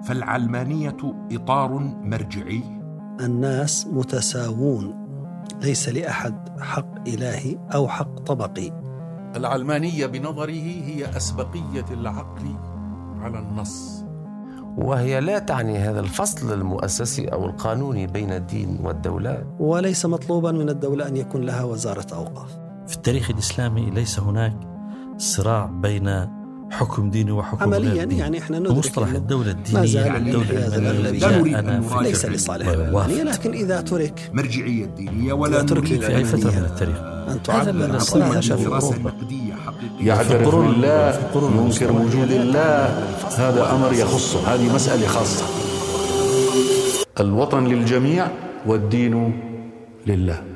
فالعلمانية إطار مرجعي. الناس متساوون، ليس لأحد حق إلهي أو حق طبقي. العلمانية بنظره هي أسبقية العقل على النص، وهي لا تعني هذا الفصل المؤسسي أو القانوني بين الدين والدولة، وليس مطلوبا من الدولة أن يكون لها وزارة أوقاف. في التاريخ الإسلامي ليس هناك صراع بين حكم ديني وحكم عمليا غير ديني. يعني احنا ندرك مصطلح الدولة الدينية ما زال الدولة الأغلبية ليس لصالح العلمانية، لكن إذا ترك مرجعية دينية ولا ترك في أي فترة من التاريخ أن تعبر عن دراسة نقدية حقيقية. يعترف بالله ينكر وجود الله، هذا أمر يخصه، هذه مسألة خاصة. الوطن للجميع والدين لله.